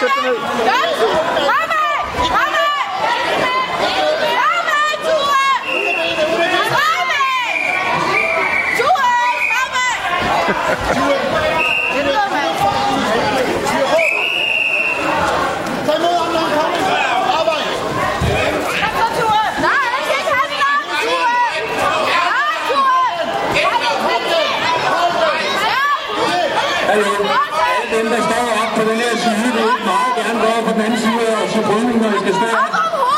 Sæt dig ned. Alle dem, der står op på den her side, vil meget gerne gå over på den anden side og se brydning, når I skal stå op.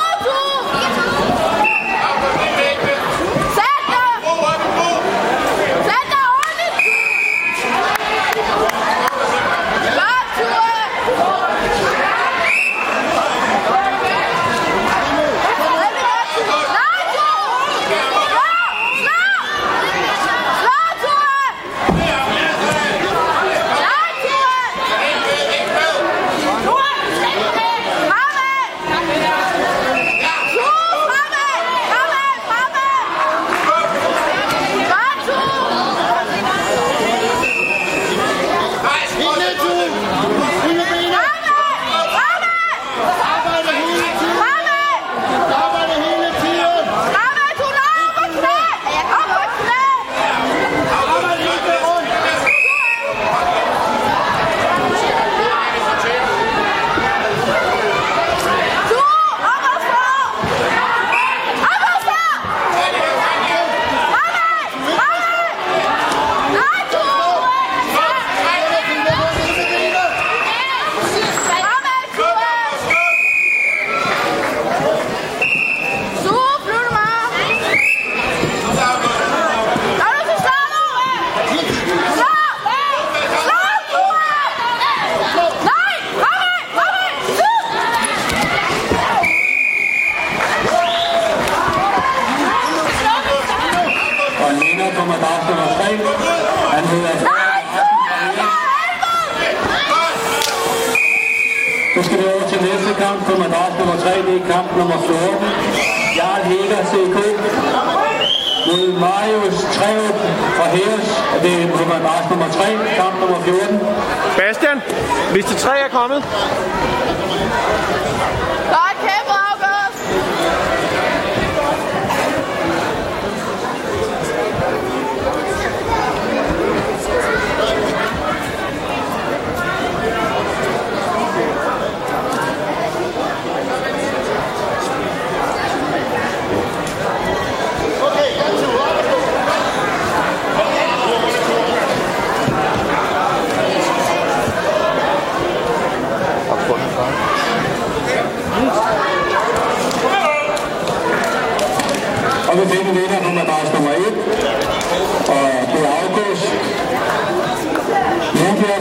Kommer der nummer 3. Han hedder så skal vi over til næste kamp. Kommer der nummer 3. Det er kamp nummer 14. Jarl Heger CK mod Marius Treut fra Heres. Og det er nummer 3. Kamp nummer 14. Bastian, hvis de 3 er kommet. Og vi fik en vinder, nummer 1. Og